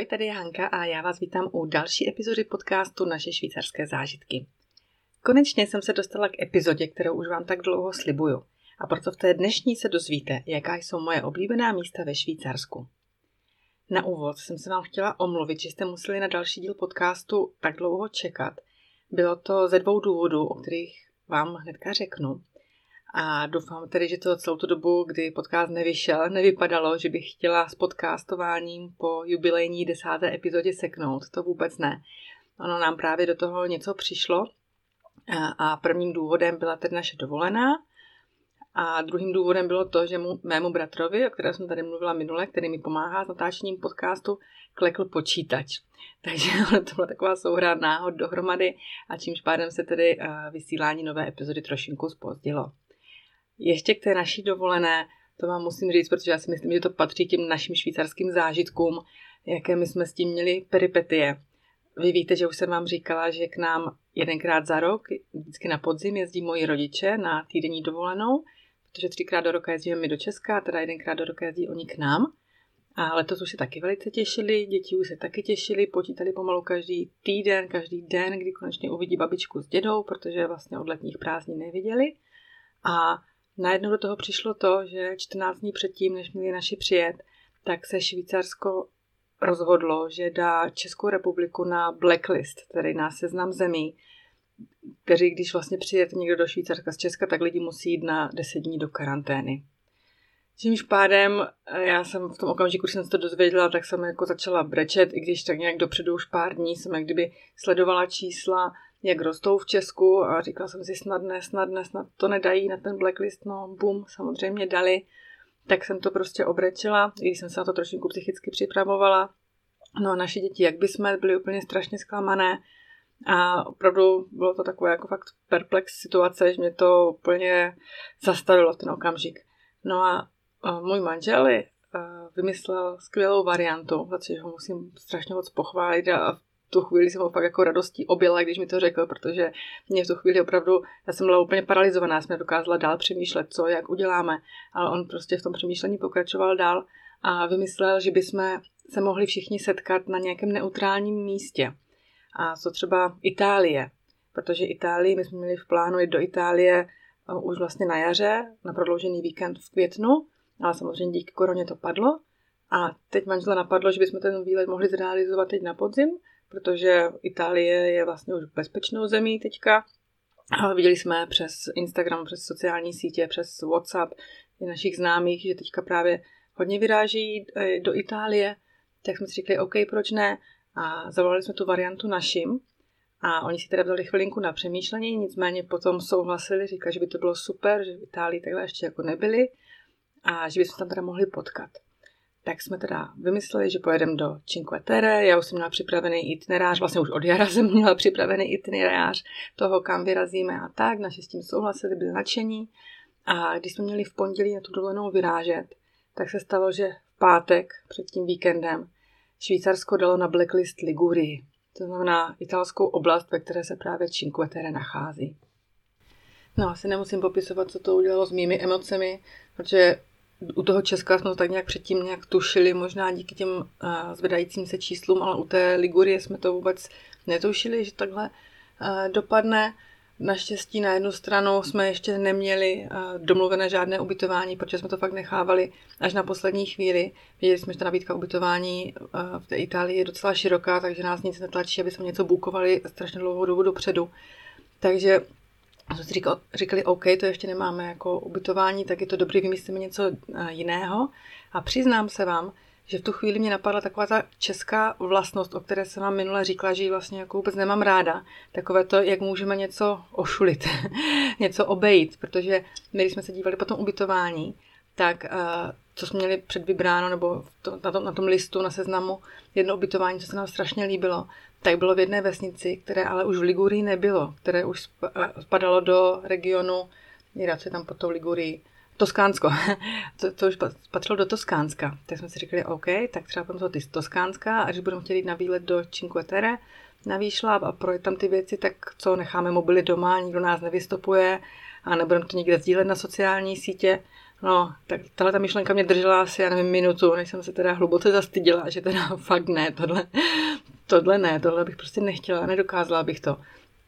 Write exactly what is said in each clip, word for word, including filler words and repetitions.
Ahoj, tady je Hanka a já vás vítám u další epizody podcastu Naše švýcarské zážitky. Konečně jsem se dostala k epizodě, kterou už vám tak dlouho slibuju. A proto v té dnešní se dozvíte, jaká jsou moje oblíbená místa ve Švýcarsku. Na úvod jsem se vám chtěla omluvit, že jste museli na další díl podcastu tak dlouho čekat. Bylo to ze dvou důvodů, o kterých vám hnedka řeknu. A doufám tedy, že to celou tu dobu, kdy podcast nevyšel, nevypadalo, že bych chtěla s podcastováním po jubilejní desáté epizodě seknout. To vůbec ne. Ono nám právě do toho něco přišlo a prvním důvodem byla tedy naše dovolená a druhým důvodem bylo to, že mu, mému bratrovi, o kterém jsem tady mluvila minule, který mi pomáhá s natáčením podcastu, klekl počítač. Takže to byla taková souhra náhod dohromady a čímž pádem se tedy vysílání nové epizody trošinku zpozdilo. Ještě k té naší dovolené, to vám musím říct, protože já si myslím, že to patří těm našim švýcarským zážitkům, jaké my jsme s tím měli peripetie. Vy víte, že už jsem vám říkala, že k nám jedenkrát za rok, vždycky na podzim, jezdí moji rodiče na týdenní dovolenou, protože třikrát do roka jezdíme my do Česka, teda jedenkrát do roka jezdí oni k nám. A letos už se taky velice těšili, děti už se taky těšili, počítali pomalu každý týden, každý den, kdy konečně uvidí babičku s dědou, protože vlastně od letních prázdnin neviděli. A najednou do toho přišlo to, že čtrnáct dní předtím, než měli naši přijet, tak se Švýcarsko rozhodlo, že dá Českou republiku na blacklist, tedy na seznam zemí, kteří, když vlastně přijete někdo do Švýcarska z Česka, tak lidi musí jít na deset dní do karantény. Čímž pádem, já jsem v tom okamžiku, když jsem se to dozvěděla, tak jsem jako začala brečet, i když tak nějak dopředu už pár dní jsem jak kdyby sledovala čísla, jak rostou v Česku a říkala jsem si snad ne, snad ne, snad to nedají na ten blacklist, no bum, samozřejmě dali. Tak jsem to prostě obrečela, i když jsem se na to trošku psychicky připravovala. No a naši děti, jak by jsme byli úplně strašně zklamané a opravdu bylo to takové jako fakt perplex situace, že mě to úplně zastavilo v ten okamžik. No a, a můj manžel je, vymyslel skvělou variantu, za což ho musím strašně moc pochválit a v tu chvíli jsem ho fakt jako radostí objela, když mi to řekl, protože mě v tu chvíli opravdu, já jsem byla úplně paralizovaná, jsem nedokázala dál přemýšlet, co, jak uděláme, ale on prostě v tom přemýšlení pokračoval dál a vymyslel, že bychom se mohli všichni setkat na nějakém neutrálním místě. A co třeba Itálie, protože Itálii, my jsme měli v plánu jít do Itálie už vlastně na jaře, na prodloužený víkend v květnu, ale samozřejmě díky koroně to padlo. A teď manžela napadlo, že bychom ten výlet mohli zrealizovat teď na podzim, protože Itálie je vlastně už bezpečnou zemí teďka. A viděli jsme přes Instagram, přes sociální sítě, přes WhatsApp i našich známých, že teďka právě hodně vyráží do Itálie. Tak jsme si řekli, OK, proč ne? A zavolali jsme tu variantu našim. A oni si teda vzali chvilinku na přemýšlení, nicméně potom souhlasili, říkali, že by to bylo super, že v Itálii takhle ještě jako nebyli a že bychom tam teda mohli potkat. Tak jsme teda vymysleli, že pojedeme do Cinque Terre, já už jsem měla připravený itinerář, vlastně už od jara jsem měla připravený itinerář toho, kam vyrazíme a tak, naši s tím souhlasili, byli nadšení. A když jsme měli v pondělí na tu dovolenou vyrážet, tak se stalo, že v pátek před tím víkendem Švýcarsko dalo na blacklist Ligurii. To znamená italskou oblast, ve které se právě Cinque Terre nachází. No, asi nemusím popisovat, co to udělalo s mými emocemi, protože u toho Česka jsme to tak nějak předtím nějak tušili, možná díky těm uh, zvedajícím se číslům, ale u té Ligurie jsme to vůbec netušili, že takhle uh, dopadne. Naštěstí na jednu stranu jsme ještě neměli uh, domluvené žádné ubytování, protože jsme to fakt nechávali až na poslední chvíli. Věděli jsme, že ta nabídka ubytování uh, v té Itálii je docela široká, takže nás nic netlačí, aby jsme něco bukovali strašně dlouhou dobu dopředu. Takže jsme si říkali, říkali, OK, to ještě nemáme jako ubytování, tak je to dobrý, vymyslíme něco uh, jiného. A přiznám se vám, že v tu chvíli mě napadla taková ta česká vlastnost, o které jsem vám minule říkala, že ji vlastně jako vůbec nemám ráda. Takové to, jak můžeme něco ošulit, něco obejít, protože my, když jsme se dívali po tom ubytování, tak uh, co jsme měli předvybráno, nebo to, na, tom, na tom listu, na seznamu, jedno ubytování, co se nám strašně líbilo, tak bylo v jedné vesnici, které ale už v Ligurii nebylo, které už spadalo do regionu, Jira, co je tam pod tou Ligurii, Toskánsko. to, to už patřilo do Toskánska. Tak jsme si říkali, OK, tak třeba půjdeme z Toskánska a když budeme chtěli jít na výlet do Cinque Terre, na výšlap a projet tam ty věci, tak co, necháme mobily doma, nikdo nás nevystopuje a nebudeme to nikde sdílet na sociální sítě. No, tak tahle ta myšlenka mě držela asi, já nevím, minutu, než jsem se teda hluboce zastyděla, že teda fakt ne, tohle, tohle ne, tohle bych prostě nechtěla, nedokázala bych to.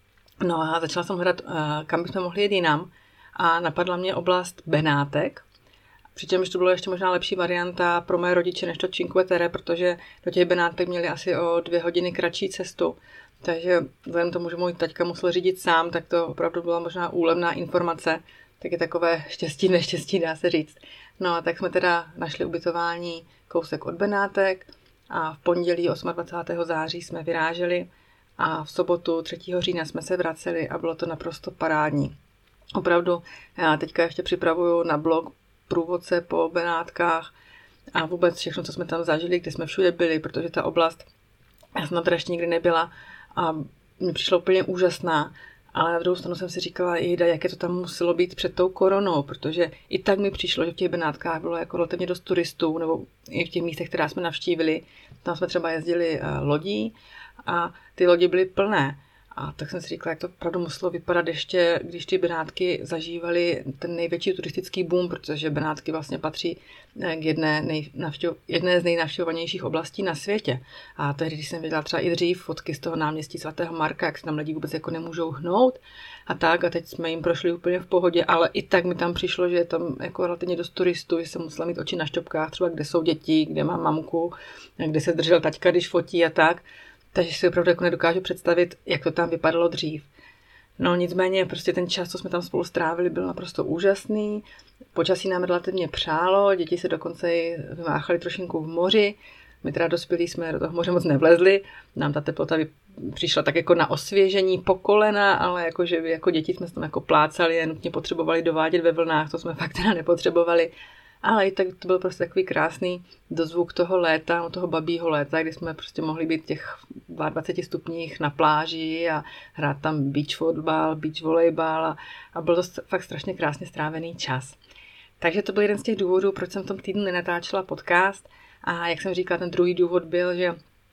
No a začala jsem hledat, kam bychom mohli jít jinam a napadla mě oblast Benátek, přičemž to bylo ještě možná lepší varianta pro moje rodiče než to Cinque Terre, protože do těch Benátek měli asi o dvě hodiny kratší cestu. Takže vzhledem tomu, že můj taťka musel řídit sám, tak to opravdu byla možná úlevná informace. Tak je takové štěstí, neštěstí, dá se říct. No a tak jsme teda našli ubytování kousek od Benátek a v pondělí dvacátého osmého září jsme vyráželi a v sobotu třetího října jsme se vraceli a bylo to naprosto parádní. Opravdu, já teďka ještě připravuju na blog průvodce po Benátkách a vůbec všechno, co jsme tam zažili, kde jsme všude byli, protože ta oblast, já jsem na to ještě nikdy nebyla a mi přišla úplně úžasná. Ale na druhou stranu jsem si říkala, jejda, jaké to tam muselo být před tou koronou, protože i tak mi přišlo, že v těch Benátkách bylo jako relativně dost turistů, nebo i v těch místech, která jsme navštívili. Tam jsme třeba jezdili lodí a ty lodi byly plné. A tak jsem si říkala, jak to opravdu muselo vypadat ještě, když ty Benátky zažívaly ten největší turistický boom, protože Benátky vlastně patří k jedné, nejnavštěv, jedné z nejnavštěvovanějších oblastí na světě. A tehdy, když jsem viděla třeba i dřív fotky z toho náměstí svatého Marka, jak se tam lidi vůbec jako nemůžou hnout a tak, a teď jsme jim prošli úplně v pohodě, ale i tak mi tam přišlo, že je tam jako relativně dost turistů, že jsem musela mít oči na šťopkách, třeba kde jsou děti, kde mám mamku, kde se držel taťka, když fotí a tak. Takže si opravdu jako nedokážu představit, jak to tam vypadalo dřív. No nicméně prostě ten čas, co jsme tam spolu strávili, byl naprosto úžasný. Počasí nám relativně přálo, děti se dokonce i vymáchali trošinku v moři. My teda dospělí jsme do toho moře moc nevlezli. Nám ta teplota přišla tak jako na osvěžení po kolena, ale jako, že jako děti jsme se tam jako plácali a nutně potřebovali dovádět ve vlnách, to jsme fakt teda nepotřebovali. Ale i tak to byl prostě takový krásný dozvuk toho léta, no toho babího léta, kdy jsme prostě mohli být v těch dvaceti dvou stupních na pláži a hrát tam beach fotbal, beach volejbal a, a byl to fakt strašně krásně strávený čas. Takže to byl jeden z těch důvodů, proč jsem v tom týdnu nenatáčela podcast a jak jsem říkala, ten druhý důvod byl, že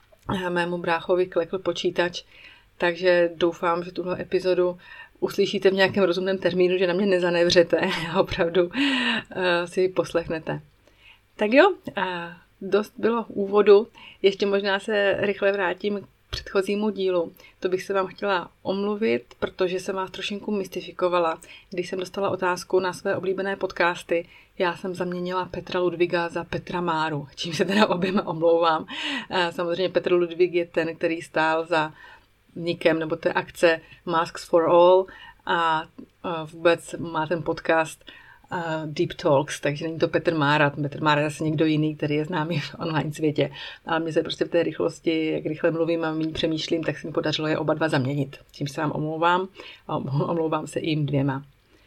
mému bráchovi klekl počítač, takže doufám, že tuhle epizodu uslyšíte v nějakém rozumném termínu, že na mě nezanevřete a opravdu uh, si ji poslechnete. Tak jo, uh, dost bylo úvodu, ještě možná se rychle vrátím k předchozímu dílu. To bych se vám chtěla omluvit, protože jsem vás trošinku mystifikovala. Když jsem dostala otázku na své oblíbené podcasty, já jsem zaměnila Petra Ludwiga za Petra Máru, čím se teda oběma omlouvám. Uh, samozřejmě Petr Ludwig je ten, který stál za nikem, nebo té akce Masks for All a vůbec má ten podcast Deep Talks, takže není to Petr Mára, Petr Mára je zase někdo jiný, který je známý v online světě. A mně se prostě v té rychlosti, jak rychle mluvím a méně přemýšlím, tak se mi podařilo je oba dva zaměnit. Čím se vám omlouvám a omlouvám se i jim dvěma.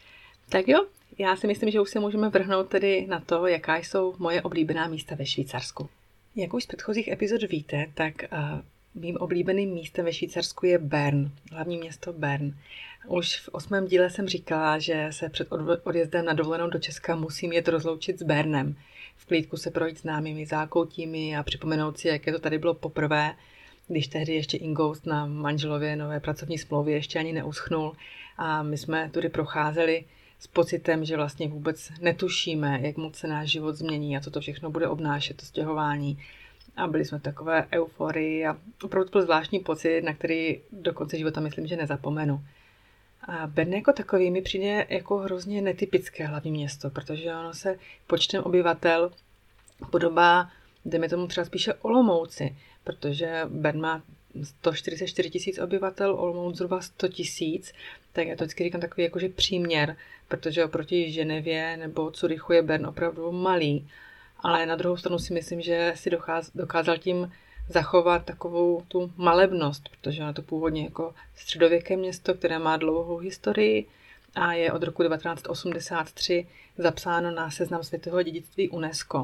Tak jo, já si myslím, že už se můžeme vrhnout tedy na to, jaká jsou moje oblíbená místa ve Švýcarsku. Jak už z předchozích epizod víte, tak mým oblíbeným místem ve Švýcarsku je Bern, hlavní město Bern. Už v osmém díle jsem říkala, že se před odjezdem na dovolenou do Česka musím jet rozloučit s Bernem. V klídku se projít známými zákoutími a připomenout si, jaké to tady bylo poprvé, když tehdy ještě Ingoust na manželově nové pracovní smlouvě ještě ani neuschnul. A my jsme tudy procházeli s pocitem, že vlastně vůbec netušíme, jak moc se náš život změní a co to všechno bude obnášet, to stěhování. A byli jsme v takové euforii a opravdu to byl zvláštní pocit, na který do konce života myslím, že nezapomenu. A Bern jako takový mi přijde jako hrozně netypické hlavní město, protože ono se počtem obyvatel podobá, jdeme tomu třeba spíše Olomouci, protože Bern má sto čtyřicet čtyři tisíc obyvatel, Olomouc zhruba sto tisíc, tak já to vždycky říkám takový jakože příměr, protože oproti Ženevě nebo Curychu je Bern opravdu malý. Ale na druhou stranu si myslím, že si dokázal tím zachovat takovou tu malebnost, protože ono to původně jako středověké město, které má dlouhou historii a je od roku devatenáct osmdesát tři zapsáno na seznam světového dědictví UNESCO.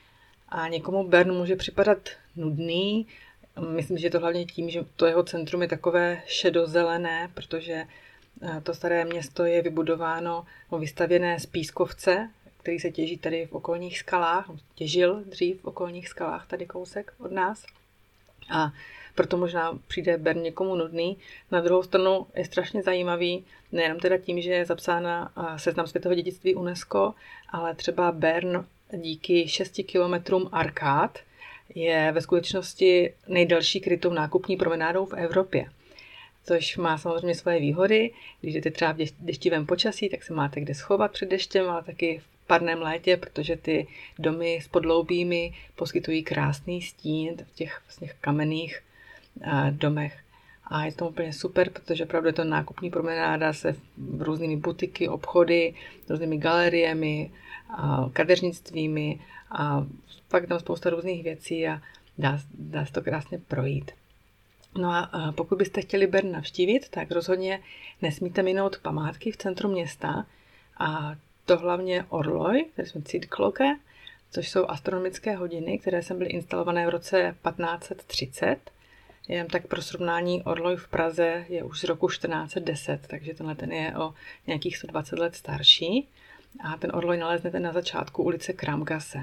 A někomu Bern může připadat nudný, myslím, že je to hlavně tím, že to jeho centrum je takové šedozelené, protože to staré město je vybudováno, vystavěné z pískovce, který se těží tady v okolních skalách, těžil dřív v okolních skalách, tady kousek od nás. A proto možná přijde Bern někomu nudný. Na druhou stranu je strašně zajímavý, nejenom teda tím, že je zapsána seznam světového dědictví UNESCO, ale třeba Bern díky šesti kilometrům arkád je ve skutečnosti nejdelší krytou nákupní promenádou v Evropě. Což má samozřejmě svoje výhody. Když jdete třeba v deštivém počasí, tak se máte kde schovat před deštěm, ale taky v parném létě, protože ty domy s podloubími poskytují krásný stín v těch vlastně kamenných domech. A je to úplně super, protože opravdu je to nákupní promenáda se různými butiky, obchody, různými galeriemi, kadeřnictvími a fakt tam spousta různých věcí a dá, dá se to krásně projít. No a pokud byste chtěli Bern navštívit, tak rozhodně nesmíte minout památky v centru města a to hlavně Orloj, které jsou Zeitglocke, což jsou astronomické hodiny, které sem byly instalované v roce patnáct set třicet. Jen tak pro srovnání Orloj v Praze je už z roku čtrnáct set deset, takže tenhle ten je o nějakých sto dvacet let starší. A ten Orloj naleznete na začátku ulice Kramgasse.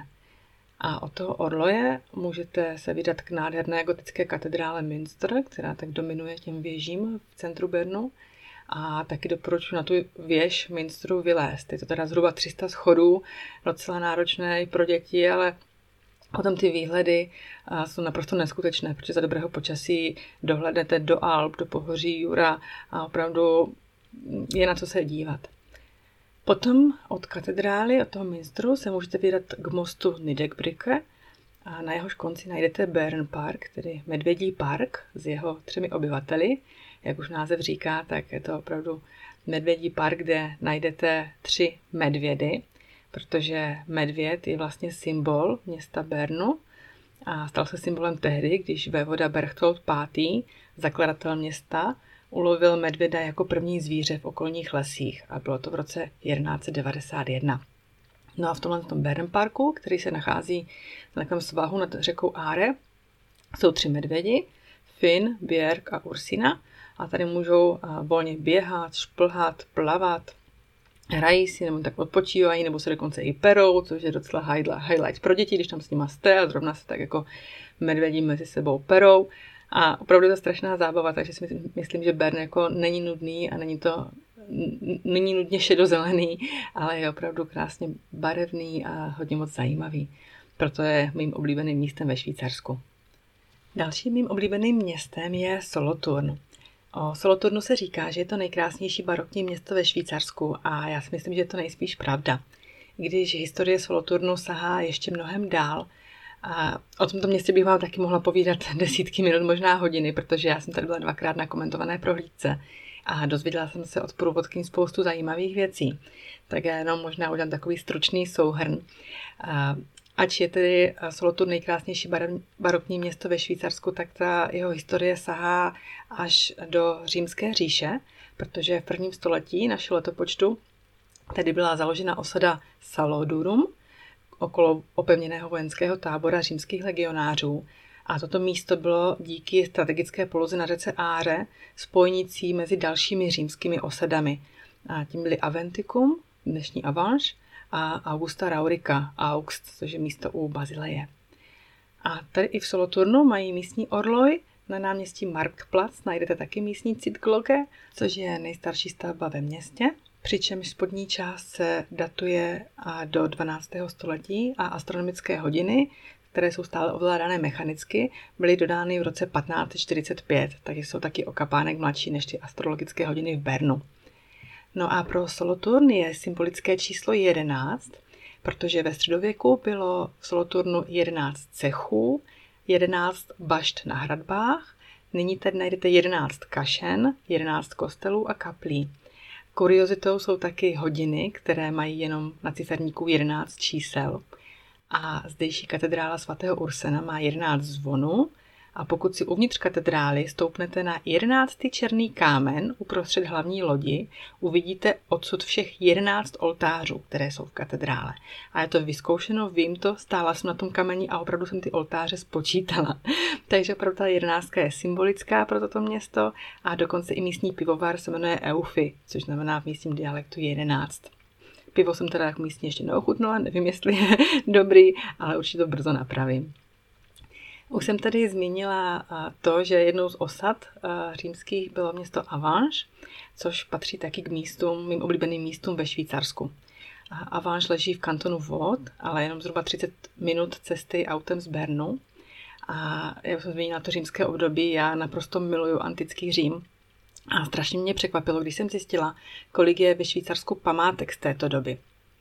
A od toho Orloje můžete se vydat k nádherné gotické katedrále Münster, která tak dominuje těm věžím v centru Bernu. A taky doporučuji na tu věž Münsteru vylézt. Je to teda zhruba tři sta schodů, docela náročné i pro děti, ale potom ty výhledy jsou naprosto neskutečné, protože za dobrého počasí dohlednete do Alp, do pohoří Jura a opravdu je na co se dívat. Potom od katedrály, od toho Münsteru se můžete vydat k mostu Nidegbrücke a na jehož konci najdete Bärenpark, tedy medvědí park s jeho třemi obyvateli. Jak už název říká, tak je to opravdu medvědí park, kde najdete tři medvědy, protože medvěd je vlastně symbol města Bernu a stal se symbolem tehdy, když vévoda Berchtold pátý, zakladatel města, ulovil medvěda jako první zvíře v okolních lesích a bylo to v roce jedenáct set devadesát jedna. No a v tomhle tom Bärenparku, který se nachází na takovém svahu nad řekou Aare, jsou tři medvědi, Finn, Björk a Ursina a tady můžou volně běhat, šplhat, plavat, hrají si nebo tak odpočívají, nebo se dokonce i perou, což je docela highlight pro děti, když tam s nima jste a zrovna se tak jako medvědi mezi sebou perou. A opravdu je to strašná zábava, takže si myslím, myslím, že Bern jako není nudný a není to není nudně šedozelený, ale je opravdu krásně barevný a hodně moc zajímavý. Proto je mým oblíbeným místem ve Švýcarsku. Dalším mým oblíbeným městem je Solothurn. O Solothurnu se říká, že je to nejkrásnější barokní město ve Švýcarsku a já si myslím, že je to nejspíš pravda. Když historie Solothurnu sahá ještě mnohem dál, a o tomto městě bych vám taky mohla povídat desítky minut, možná hodiny, protože já jsem tady byla dvakrát na komentované prohlídce a dozvěděla jsem se od průvodkyň spoustu zajímavých věcí. Tak já jenom možná udělám takový stručný souhrn. Ač je tedy Solothurn nejkrásnější barokní město ve Švýcarsku, tak ta jeho historie sahá až do Římské říše, protože v prvním století našeho letopočtu tady byla založena osada Salodurum, okolo opevněného vojenského tábora římských legionářů. A toto místo bylo díky strategické poloze na řece Aare spojnicí mezi dalšími římskými osadami. A tím byly Aventicum, dnešní Avanches, a Augusta Raurica, Augst, což je místo u Bazileje. A tady i v Solothurnu mají místní orloj. Na náměstí Marktplatz najdete taky místní Zeitglocke, což je nejstarší stavba ve městě. Přičemž spodní část se datuje do dvanáctého století a astronomické hodiny, které jsou stále ovládané mechanicky, byly dodány v roce patnáct set čtyřicet pět, takže jsou taky o kapánek mladší než ty astrologické hodiny v Bernu. No a pro Solothurn je symbolické číslo jedenáct, protože ve středověku bylo v Solothurnu jedenáct cechů, jedenáct bašt na hradbách, nyní tady najdete jedenáct kašen, jedenáct kostelů a kaplí. Kuriozitou jsou taky hodiny, které mají jenom na ciferníku jedenáct čísel. A zdejší katedrála svatého Ursena má jedenáct zvonů a pokud si uvnitř katedrály stoupnete na jedenáctý černý kámen uprostřed hlavní lodi, uvidíte odsud všech jedenáct oltářů, které jsou v katedrále. A je to vyzkoušeno, vím to, stála jsem na tom kameni a opravdu jsem ty oltáře spočítala. Takže opravdu ta jedenáctka je symbolická pro toto město a dokonce i místní pivovar se jmenuje Eufy, což znamená v místním dialektu jedenáct. Pivo jsem teda jako místně ještě neochutnala, nevím, jestli je dobrý, ale určitě to brzo napravím. Už jsem tady zmínila to, že jednou z osad římských bylo město Avange, což patří taky k místům, mým oblíbeným místům ve Švýcarsku. Avange leží v kantonu Vaud, ale jenom zhruba třicet minut cesty autem z Bernu. A jak jsem zmínila to římské období, já naprosto miluju antický Řím. A strašně mě překvapilo, když jsem zjistila, kolik je ve Švýcarsku památek z této doby.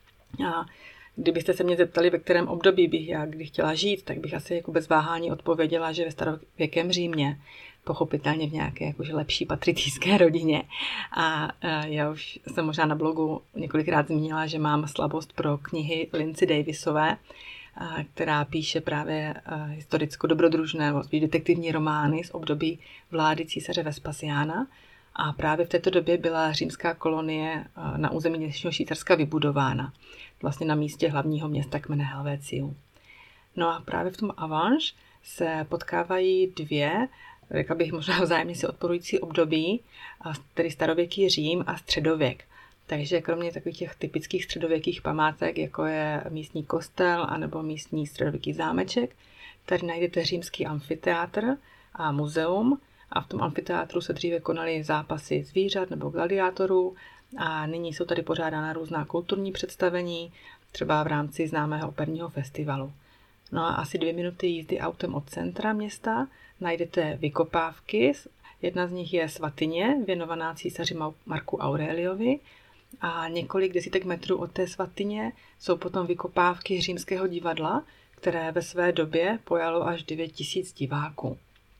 A kdybyste se mě zeptali, ve kterém období bych já kdy chtěla žít, tak bych asi jako bez váhání odpověděla, že ve starověkém Římě, pochopitelně v nějaké jakože lepší patricijské rodině. A já už jsem možná na blogu několikrát zmínila, že mám slabost pro knihy Lindsay Davisové, která píše právě historicko-dobrodružné detektivní romány z období vlády císaře Vespasiána. A právě v této době byla římská kolonie na území dnešního Švýcarska vybudována, vlastně na místě hlavního města kmene Helvéciu. No a právě v tom Avange se potkávají dvě, řekla bych možná vzájemně si odporující období, tedy starověký Řím a středověk. Takže kromě takových těch typických středověkých památek, jako je místní kostel anebo místní středověký zámeček, tady najdete římský amfiteátr a muzeum. A v tom amfiteátru se dříve konaly zápasy zvířat nebo gladiátorů a nyní jsou tady pořádána různá kulturní představení, třeba v rámci známého operního festivalu. No a asi dvě minuty jízdy autem od centra města najdete vykopávky. Jedna z nich je svatyně, věnovaná císaři Marku Aureliovi, a několik desítek metrů od té svatyně jsou potom vykopávky římského divadla, které ve své době pojalo až devět tisíc diváků.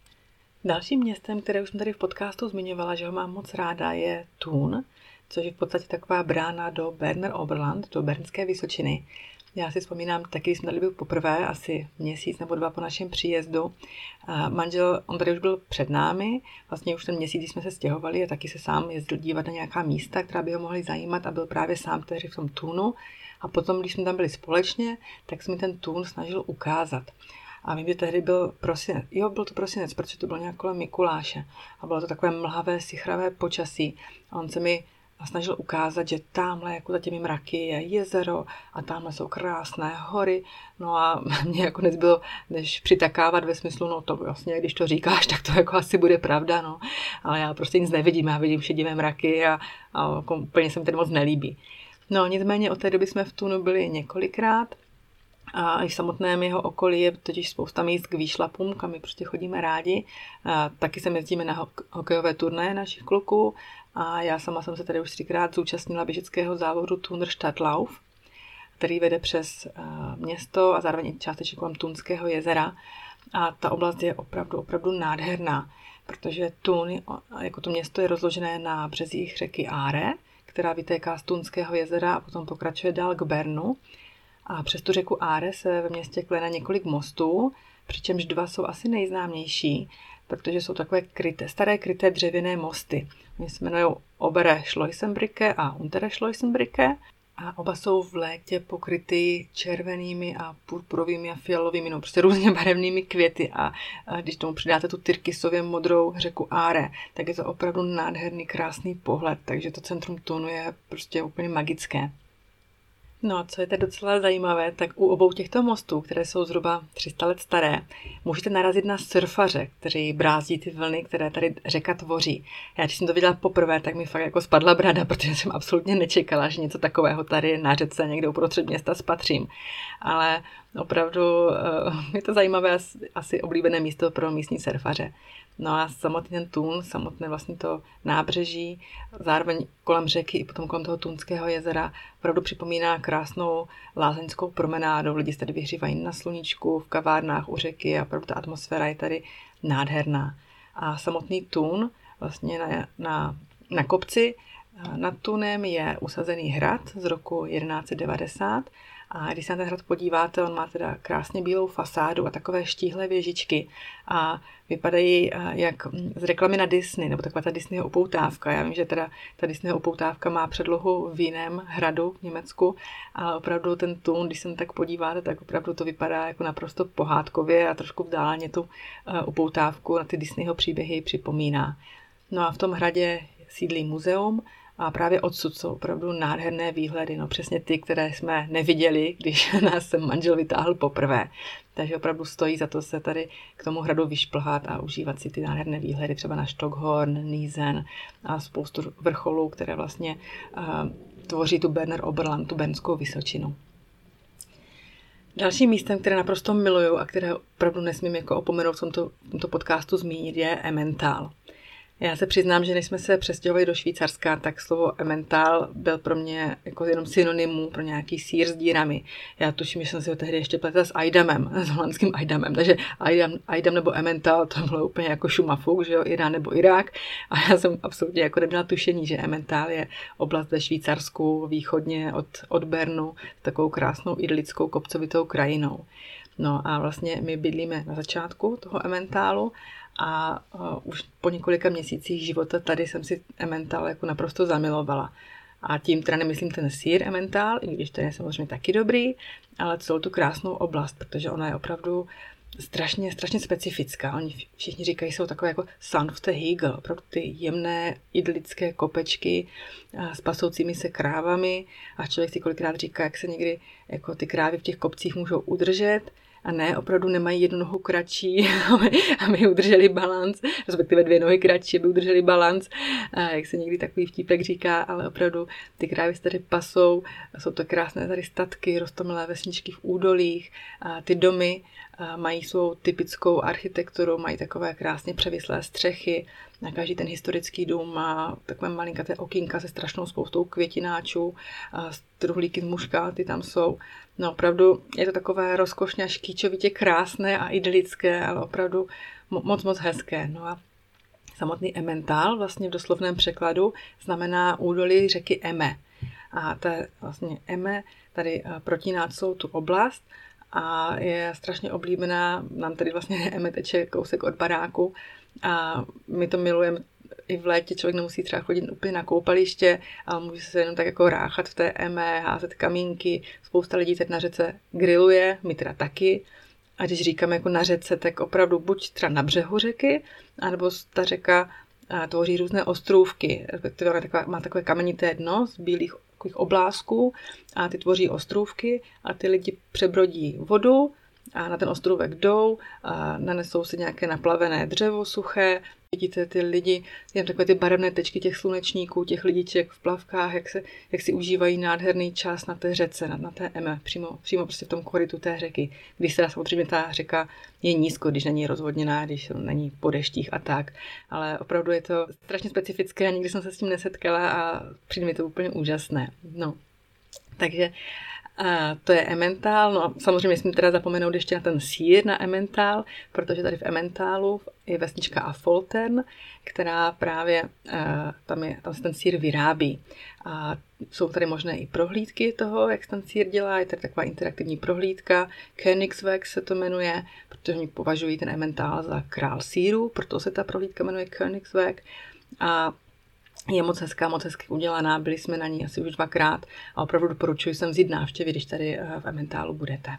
Dalším městem, které už jsem tady v podcastu zmiňovala, že ho mám moc ráda, je Thun, což je v podstatě taková brána do Berner Oberland, do Bernské Vysočiny. Já si vzpomínám, taky jsem tady byl poprvé, asi měsíc nebo dva po našem příjezdu. A manžel, on tady už byl před námi, vlastně už ten měsíc, když jsme se stěhovali, a taky se sám jezdil dívat na nějaká místa, která by ho mohly zajímat, a byl právě sám tehdy v tom Thunu. A potom, když jsme tam byli společně, tak se mi ten Thun snažil ukázat. A vím, že tehdy byl prosinec. Jo, byl to prosinec, protože to bylo nějak kolem Mikuláše. A bylo to takové mlhavé, sichravé počasí. A on se mi snažil ukázat, že tamhle jako za těmi mraky je jezero a tamhle jsou krásné hory. No a mě jako nezbylo, než přitakávat ve smyslu, no to vlastně, když to říkáš, tak to jako asi bude pravda, no. Ale já prostě nic nevidím, já vidím šedivé mraky a, a jako úplně se mi ten moc nelíbí. No nicméně od té doby jsme v Thunu byli několikrát. A i v samotném jeho okolí je totiž spousta míst k výšlapům, kam my prostě chodíme rádi. A taky se jezdíme na hokejové turnaje našich kluků a já sama jsem se tady už třikrát zúčastnila běžeckého závodu Thuner Stadtlauf, který vede přes město a zároveň částečně kolem Thunského jezera. A ta oblast je opravdu, opravdu nádherná, protože Thun, jako to město, je rozložené na březích řeky Aare, která vytéká z Thunského jezera a potom pokračuje dál k Bernu. A přes tu řeku Aare se ve městě klene několik mostů, přičemž dva jsou asi nejznámější, protože jsou takové kryté, staré kryté dřevěné mosty. Oni se jmenují Obere Schleusenbrücke a Untere Schleusenbrücke a oba jsou v létě pokryty červenými a purpurovými a fialovými, no prostě různě barevnými květy. A, a když tomu přidáte tu tyrkysově modrou řeku Aare, tak je to opravdu nádherný, krásný pohled, takže to centrum Thunu je prostě úplně magické. No a co je teď docela zajímavé, tak u obou těchto mostů, které jsou zhruba tři sta let staré, můžete narazit na surfaře, kteří brázdí ty vlny, které tady řeka tvoří. Já když jsem to viděla poprvé, tak mi fakt jako spadla brada, protože jsem absolutně nečekala, že něco takového tady na řece někde uprostřed města spatřím. Ale opravdu je to zajímavé, asi oblíbené místo pro místní surfaře. No a samotný ten Thun, samotné vlastně to nábřeží, zároveň kolem řeky i potom kolem toho Thunského jezera opravdu připomíná krásnou lázeňskou promenádu. Lidi se tady vyhřívají na sluníčku, v kavárnách u řeky a opravdu ta atmosféra je tady nádherná. A samotný Thun, vlastně na, na, na kopci nad Thunem je usazený hrad z roku jedenáct set devadesát. A když se na ten hrad podíváte, on má teda krásně bílou fasádu a takové štíhlé věžičky a vypadají jak z reklamy na Disney, nebo taková ta Disneyho upoutávka. Já vím, že teda ta Disneyho upoutávka má předlohu v jiném hradu v Německu, ale opravdu ten Thun, když se tak podíváte, tak opravdu to vypadá jako naprosto pohádkově a trošku vzdáleně tu upoutávku na ty Disneyho příběhy připomíná. No a v tom hradě sídlí muzeum, A právě odsud jsou opravdu nádherné výhledy, no přesně ty, které jsme neviděli, když nás sem manžel vytáhl poprvé. Takže opravdu stojí za to se tady k tomu hradu vyšplhat a užívat si ty nádherné výhledy, třeba na Stockhorn, Niesen a spoustu vrcholů, které vlastně uh, tvoří tu Berner Oberland, tu bernskou vysočinu. Dalším místem, které naprosto miluju a které opravdu nesmím jako opomenout v tomto, v tomto podcastu zmínit, je Emmental. Já se přiznám, že než jsme se přestěhovali do Švýcarska, tak slovo Emmental byl pro mě jako jenom synonymum pro nějaký sýr s dírami. Já tuším, že jsem si ho tehdy ještě pletla s Eidamem, s holandským Eidamem, takže Eidam, Eidam nebo Emmental, to bylo úplně jako šumafuk, že jo, Irán nebo Irák. A já jsem absolutně jako neměla tušení, že Emmental je oblast ve Švýcarsku, východně od, od Bernu, takovou krásnou idylickou kopcovitou krajinou. No a vlastně my bydlíme na začátku toho Emmentalu, a uh, už po několika měsících života tady jsem si Emmental jako naprosto zamilovala. A tím teda nemyslím ten sýr Emmental, i když ten je samozřejmě taky dobrý, ale celou tu krásnou oblast, protože ona je opravdu strašně, strašně specifická. Oni všichni říkají, jsou takové jako sanfte Hügel, opravdu ty jemné idylické kopečky s pasoucími se krávami a člověk si kolikrát říká, jak se někdy jako ty krávy v těch kopcích můžou udržet. A ne, opravdu nemají jednu nohu kratší, aby udrželi balanc, respektive dvě nohy kratší, aby udrželi balanc, jak se někdy takový vtípek říká, ale opravdu ty krávy se tady pasou, jsou to krásné tady statky, roztomilé vesničky v údolích, a ty domy mají svou typickou architekturu, mají takové krásně převislé střechy, na každý ten historický dům má takové malinkaté okýnka se strašnou spoustou květináčů, truhlíky z muškáty tam jsou. No opravdu je to takové rozkošně až kýčovitě krásné a idylické, ale opravdu moc, moc hezké. No a samotný Emmental vlastně v doslovném překladu znamená údolí řeky Emme. A ta vlastně Emme tady protíná celou tu oblast a je strašně oblíbená. Nám tady vlastně Emme teče kousek od baráku a my to milujeme. I v létě člověk nemusí třeba chodit úplně na koupaliště, ale může se jenom tak jako ráchat v té Emme, házet kamínky. Spousta lidí teď na řece grilluje, my teda taky. A když říkáme jako na řece, tak opravdu buď třeba na břehu řeky, anebo ta řeka tvoří různé ostrůvky. Respektive má takové, má takové kamenité dno z bílých oblázků a ty tvoří ostrůvky a ty lidi přebrodí vodu a na ten ostrůvek jdou a nanesou si nějaké naplavené dřevo suché. Vidíte ty lidi, jen takové ty barevné tečky těch slunečníků, těch lidiček v plavkách, jak, se, jak si užívají nádherný čas na té řece, na, na té Emme, přímo, přímo prostě v tom korytu té řeky. Když se samozřejmě ta řeka je nízko, když není rozvodněná, když není po deštích a tak. Ale opravdu je to strašně specifické a nikdy jsem se s tím nesetkala a přijde mi to úplně úžasné. No, takže a to je Emmental, no a samozřejmě jsme teda zapomenout ještě na ten sýr na Emmental, protože tady v Emmentalu je vesnička Affoltern, která právě, tam, je, tam se ten sýr vyrábí. A jsou tady možné i prohlídky toho, jak se ten sýr dělá, je tady taková interaktivní prohlídka, Königsweg se to jmenuje, protože oni považují ten Emmental za král sýru, proto se ta prohlídka jmenuje Königsweg. A je moc hezká, moc hezky udělaná, byli jsme na ní asi už dvakrát a opravdu doporučuji sem vzít návštěvy, když tady v Emmentalu budete.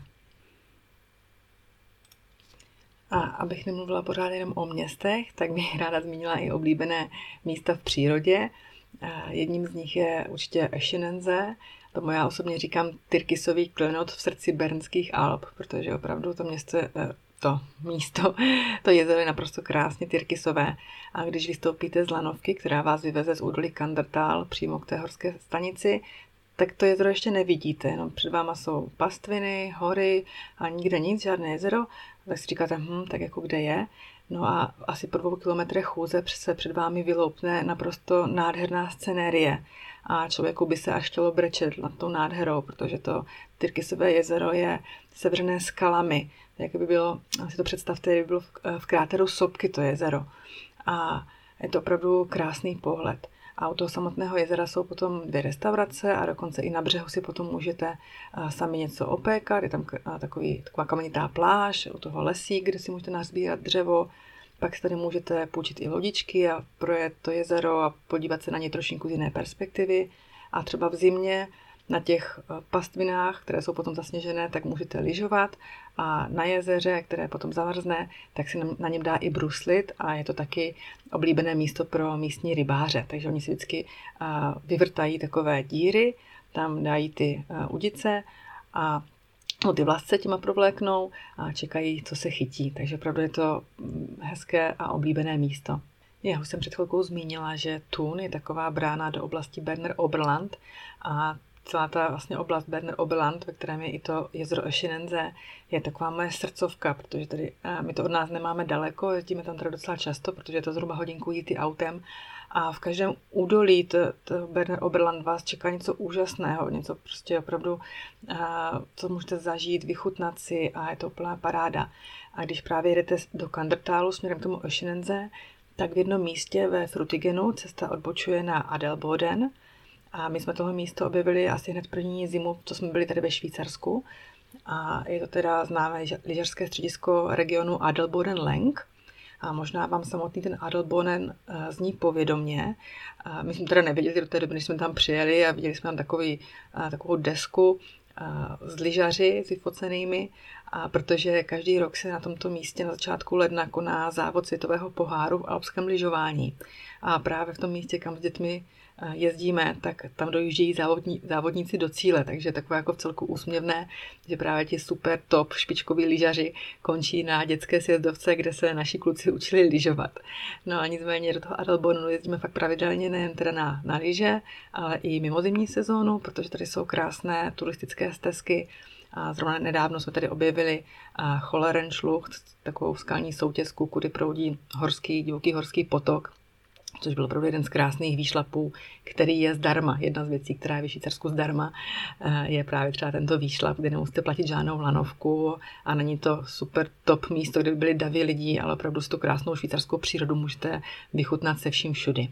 A abych nemluvila pořád jenom o městech, tak bych ráda zmínila i oblíbené místa v přírodě. Jedním z nich je určitě Eschenense, tomu já osobně říkám Tyrkisový klenot v srdci bernských Alp, protože opravdu to město to místo, to jezero je naprosto krásně tyrkysové. A když vystoupíte z lanovky, která vás vyveze z údolí Kandertal přímo k té horské stanici, tak to jezero ještě nevidíte. Jenom před váma jsou pastviny, hory a nikde nic, žádné jezero. Tak si říkáte, hm, tak jako kde je. No a asi po dvou kilometrech chůze se před vámi vyloupne naprosto nádherná scenérie. A člověku by se až chtělo brečet nad tou nádherou, protože to Tyrkisové jezero je sevřené skalami. Jak by bylo, si to představte, kdyby bylo v kráteru sopky to jezero. A je to opravdu krásný pohled. A u toho samotného jezera jsou potom dvě restaurace a dokonce i na břehu si potom můžete sami něco opékat. Je tam takový, taková kamenitá pláž, u toho lesík, kde si můžete nazbírat dřevo. Pak si tady můžete půjčit i lodičky a projet to jezero a podívat se na ně trošinku z jiné perspektivy. A třeba v zimě Na těch pastvinách, které jsou potom zasněžené, tak můžete lyžovat a na jezeře, které potom zamrzne, tak se na něm dá i bruslit a je to taky oblíbené místo pro místní rybáře. Takže oni si vždycky vyvrtají takové díry, tam dají ty udice a no, ty vlasce těma provléknou a čekají, co se chytí. Takže opravdu je to hezké a oblíbené místo. Já už jsem před chvilkou zmínila, že Thun je taková brána do oblasti Berner Oberland a celá ta vlastně oblast Berner Oberland, ve kterém je i to jezero Öschenense, je taková moje srdcovka, protože tady my to od nás nemáme daleko, jezdíme tam teda docela často, protože je to zhruba hodinku jíty autem a v každém údolí to, to Berner Oberland vás čeká něco úžasného, něco prostě opravdu, co můžete zažít, vychutnat si a je to úplná paráda. A když právě jedete do Kandertalu směrem k tomu Öschenense, tak v jednom místě ve Frutigenu cesta odbočuje na Adelboden a my jsme tohle místo objevili asi hned první zimu, co jsme byli tady ve Švýcarsku a je to teda známé lyžařské středisko regionu Adelboden-Lenk a možná vám samotný ten Adelboden zní povědomně. My jsme teda nevěděli do té doby, než jsme tam přijeli a viděli jsme tam takový, takovou desku s lyžaři vyfocenými, a protože každý rok se na tomto místě na začátku ledna koná závod světového poháru v alpském lyžování. A právě v tom místě, kam s dětmi jezdíme, tak tam dojíždějí závodní, závodníci do cíle, takže takové jako v celku úsměvné, že právě ti super top špičkoví lyžaři končí na dětské sjezdovce, kde se naši kluci učili lyžovat. No a nicméně do toho Adelbodenu jezdíme fakt pravidelně nejen teda na, na lyže, ale i mimo zimní sezónu, protože tady jsou krásné turistické stezky. A zrovna nedávno jsme tady objevili Choleren-Schlucht, takovou skalní soutězku, kudy proudí horský, divoký horský potok, což byl opravdu jeden z krásných výšlapů, který je zdarma. Jedna z věcí, která je ve Švýcarsku zdarma, je právě třeba tento výšlap, kde nemusíte platit žádnou lanovku a není to super top místo, kde by byly davy lidí, ale opravdu si tu krásnou švýcarskou přírodu můžete vychutnat se vším všudy.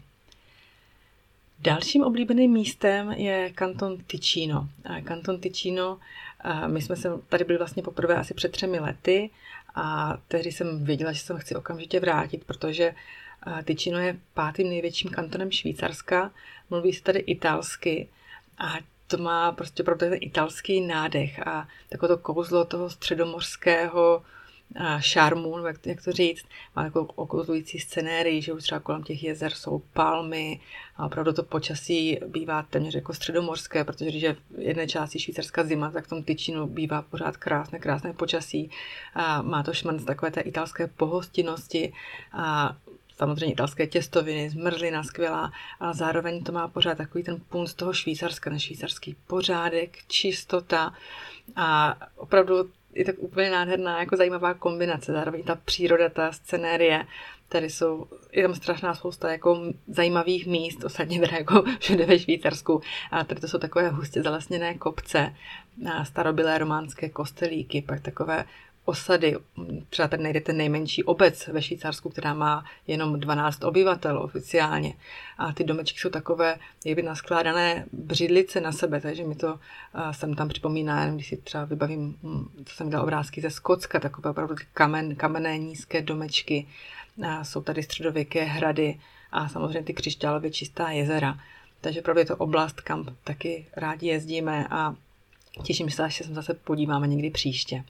Dalším oblíbeným místem je kanton Ticino. Kanton Ticino, my jsme se tady byli vlastně poprvé asi před třemi lety a tehdy jsem věděla, že se chci okamžitě vrátit, protože Ticino je pátým největším kantonem Švýcarska, mluví se tady italsky a to má prostě opravdu ten italský nádech a takové to kouzlo toho středomořského šarmu, jak, jak to říct, má takovou okouzlující scenérii, že už třeba kolem těch jezer jsou palmy a opravdu to počasí bývá téměř jako středomořské, protože když je v jedné části Švýcarska zima, tak v tom Ticinu bývá pořád krásné, krásné počasí a má to šmrnc takové té italské pohostinnosti a samozřejmě italské těstoviny, zmrzlina skvělá, ale zároveň to má pořád takový ten punc toho Švýcarska, ten švýcarský pořádek, čistota a opravdu je tak úplně nádherná, jako zajímavá kombinace. Zároveň ta příroda, ta scenérie, tady jsou, je tam strašná spousta jako zajímavých míst, ostatně teda jako všude ve Švýcarsku. A tady to jsou takové hustě zalesněné kopce, starobylé románské kostelíky, pak takové osady. Třeba tady najdete nejmenší obec ve Švýcarsku, která má jenom dvanáct obyvatel oficiálně. A ty domečky jsou takové, jak by naskládané břidlice na sebe, takže mi to sem tam připomíná, když si třeba vybavím, to jsem dal obrázky ze Skotska, takové opravdu ty kamen, kamenné nízké domečky. A jsou tady středověké hrady a samozřejmě ty křišťálově čistá jezera. Takže opravdu je to oblast, kam taky rádi jezdíme a těším se, až se zase podíváme někdy příště.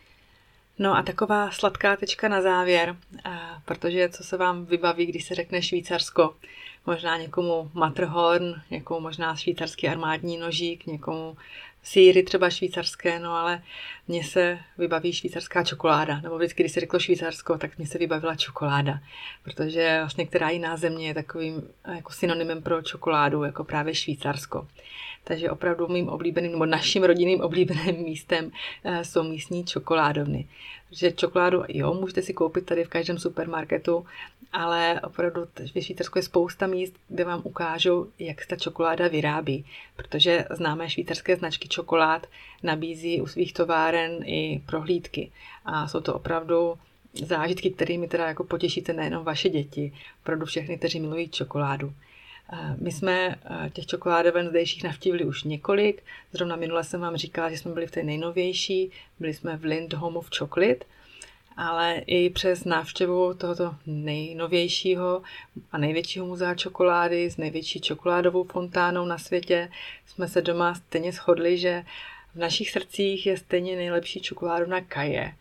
No a taková sladká tečka na závěr, protože co se vám vybaví, když se řekne Švýcarsko, možná někomu Matterhorn, někomu možná švýcarský armádní nožík, někomu sýry třeba švýcarské, no ale mně se vybaví švýcarská čokoláda, nebo vždycky, když se řeklo Švýcarsko, tak mně se vybavila čokoláda, protože vlastně která jiná země je takovým jako synonymem pro čokoládu, jako právě Švýcarsko. Takže opravdu mým oblíbeným, nebo naším rodinným oblíbeným místem jsou místní čokoládovny. Že čokoládu, jo, můžete si koupit tady v každém supermarketu, ale opravdu ve Švýcarsku je spousta míst, kde vám ukážou, jak se ta čokoláda vyrábí, protože známé švýcarské značky čokolád nabízí u svých továren i prohlídky. A jsou to opravdu zážitky, kterými teda jako potěšíte nejenom vaše děti, opravdu všechny, kteří milují čokoládu. My jsme těch čokoládoven zdejších navštívili už několik. Zrovna minule jsem vám říkala, že jsme byli v té nejnovější. Byli jsme v Lindt Home of Chocolate. ale i přes návštěvu tohoto nejnovějšího a největšího muzea čokolády s největší čokoládovou fontánou na světě jsme se doma stejně shodli, že v našich srdcích je stejně nejlepší čokoládovna Caille.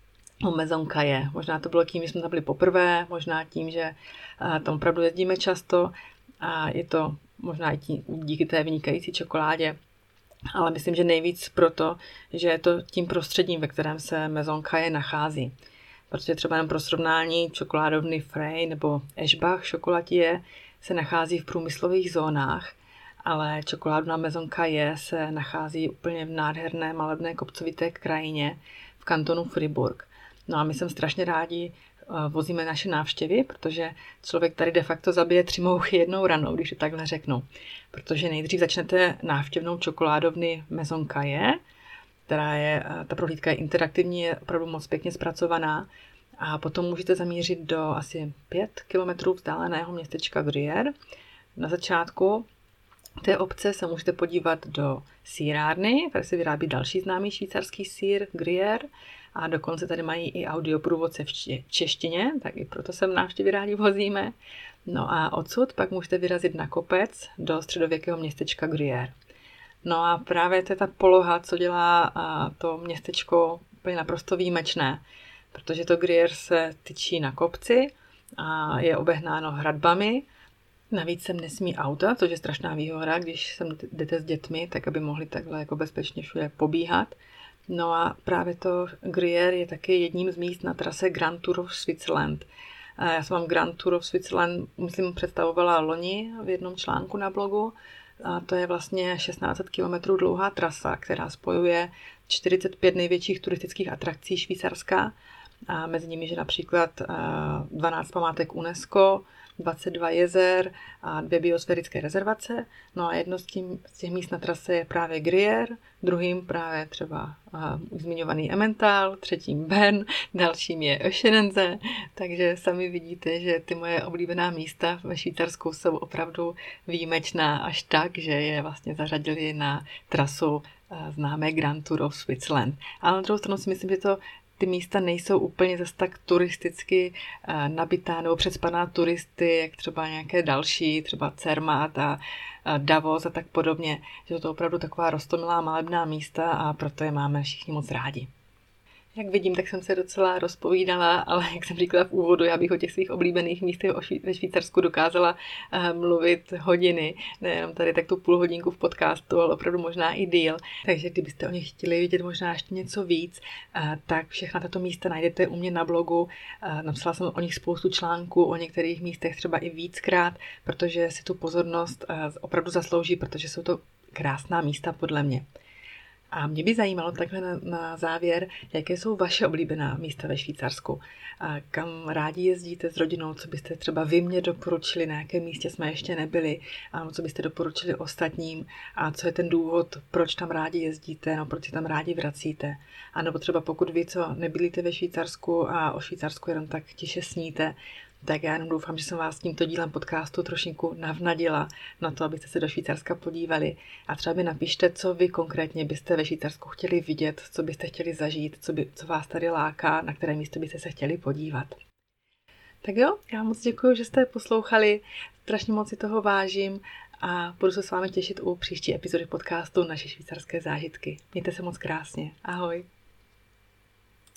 Maison Caille. Možná to bylo tím, že jsme tam byli poprvé, možná tím, že tam opravdu jezdíme často a je to možná i tím, díky té vynikající čokoládě. Ale myslím, že nejvíc proto, že je to tím prostředím, ve kterém se Maison Caille nachází. Protože třeba jen pro srovnání čokoládovny Frey nebo Eschbach Chocolatier se nachází v průmyslových zónách, ale čokoládovna Maison Caille se nachází úplně v nádherné malebné kopcovité krajině v kantonu Fribourg. No a my jsme strašně rádi vozíme naše návštěvy, protože člověk tady de facto zabije tři mouchy jednou ranou, když to takhle řeknu. Protože nejdřív začnete návštěvnou čokoládovny Maison Caille, která je, ta prohlídka je interaktivní, je opravdu moc pěkně zpracovaná a potom můžete zamířit do asi pět kilometrů vzdáleného městečka Gruyère. Na začátku té obce se můžete podívat do sýrárny, tady se vyrábí další známý švýcarský sýr Gruyère a dokonce tady mají i audioprůvodce v češtině, tak i proto sem návštěvy rádi vozíme. No a odsud pak můžete vyrazit na kopec do středověkého městečka Gruyère. No a právě to je ta poloha, co dělá to městečko úplně naprosto výjimečné, protože to Gruyère se tyčí na kopci a je obehnáno hradbami. Navíc sem nesmí auta, což je strašná výhoda, když sem jdete s dětmi, tak aby mohli takhle jako bezpečně všude pobíhat. No a právě to Gruyère je taky jedním z míst na trase Grand Tour of Switzerland. Já jsem vám Grand Tour of Switzerland, myslím, představovala loni v jednom článku na blogu. A to je vlastně šestnáct set kilometrů dlouhá trasa, která spojuje čtyřicet pět největších turistických atrakcí Švýcarska. A mezi nimi je například dvanáct památek UNESCO, dvacet dva jezer a dvě biosférické rezervace. No a jedno z, tím, z těch míst na trase je právě Gruyère, druhým právě třeba uh, zmiňovaný Emmental, třetím Bern, dalším je Öschenense. Takže sami vidíte, že ty moje oblíbená místa ve Švýcarsku jsou opravdu výjimečná až tak, že je vlastně zařadili na trasu uh, známé Grand Tour of Switzerland. Ale na druhou stranu si myslím, že to ty místa nejsou úplně zase tak turisticky nabitá nebo přecpaná turisty, jak třeba nějaké další, třeba Zermatt a Davos a tak podobně. Že to je opravdu taková roztomilá malebná místa a proto je máme všichni moc rádi. Jak vidím, tak jsem se docela rozpovídala, ale jak jsem říkala v úvodu, já bych o těch svých oblíbených místech ve Švýcarsku dokázala uh, mluvit hodiny, nejenom tady tak tu půl hodinku v podcastu, ale opravdu možná i díl. Takže kdybyste o nich chtěli vidět možná ještě něco víc, uh, tak všechna tato místa najdete u mě na blogu. Uh, napsala jsem o nich spoustu článků, o některých místech třeba i víckrát, protože si tu pozornost uh, opravdu zaslouží, protože jsou to krásná místa podle mě. A mě by zajímalo takhle na, na závěr, jaké jsou vaše oblíbená místa ve Švýcarsku. A kam rádi jezdíte s rodinou, co byste třeba vy mě doporučili, na jakém místě jsme ještě nebyli, a co byste doporučili ostatním a co je ten důvod, proč tam rádi jezdíte, no, proč si tam rádi vracíte. A nebo třeba pokud vy, co nebydlíte ve Švýcarsku a o Švýcarsku jenom tak tiše sníte, tak já jenom doufám, že jsem vás tímto dílem podcastu trošinku navnadila na to, abyste se do Švýcarska podívali. A třeba mi napište, co vy konkrétně byste ve Švýcarsku chtěli vidět, co byste chtěli zažít, co, by, co vás tady láká, na které místo byste se chtěli podívat. Tak jo, já moc děkuji, že jste poslouchali, strašně moc si toho vážím a budu se s vámi těšit u příští epizody podcastu Naše švýcarské zážitky. Mějte se moc krásně. Ahoj.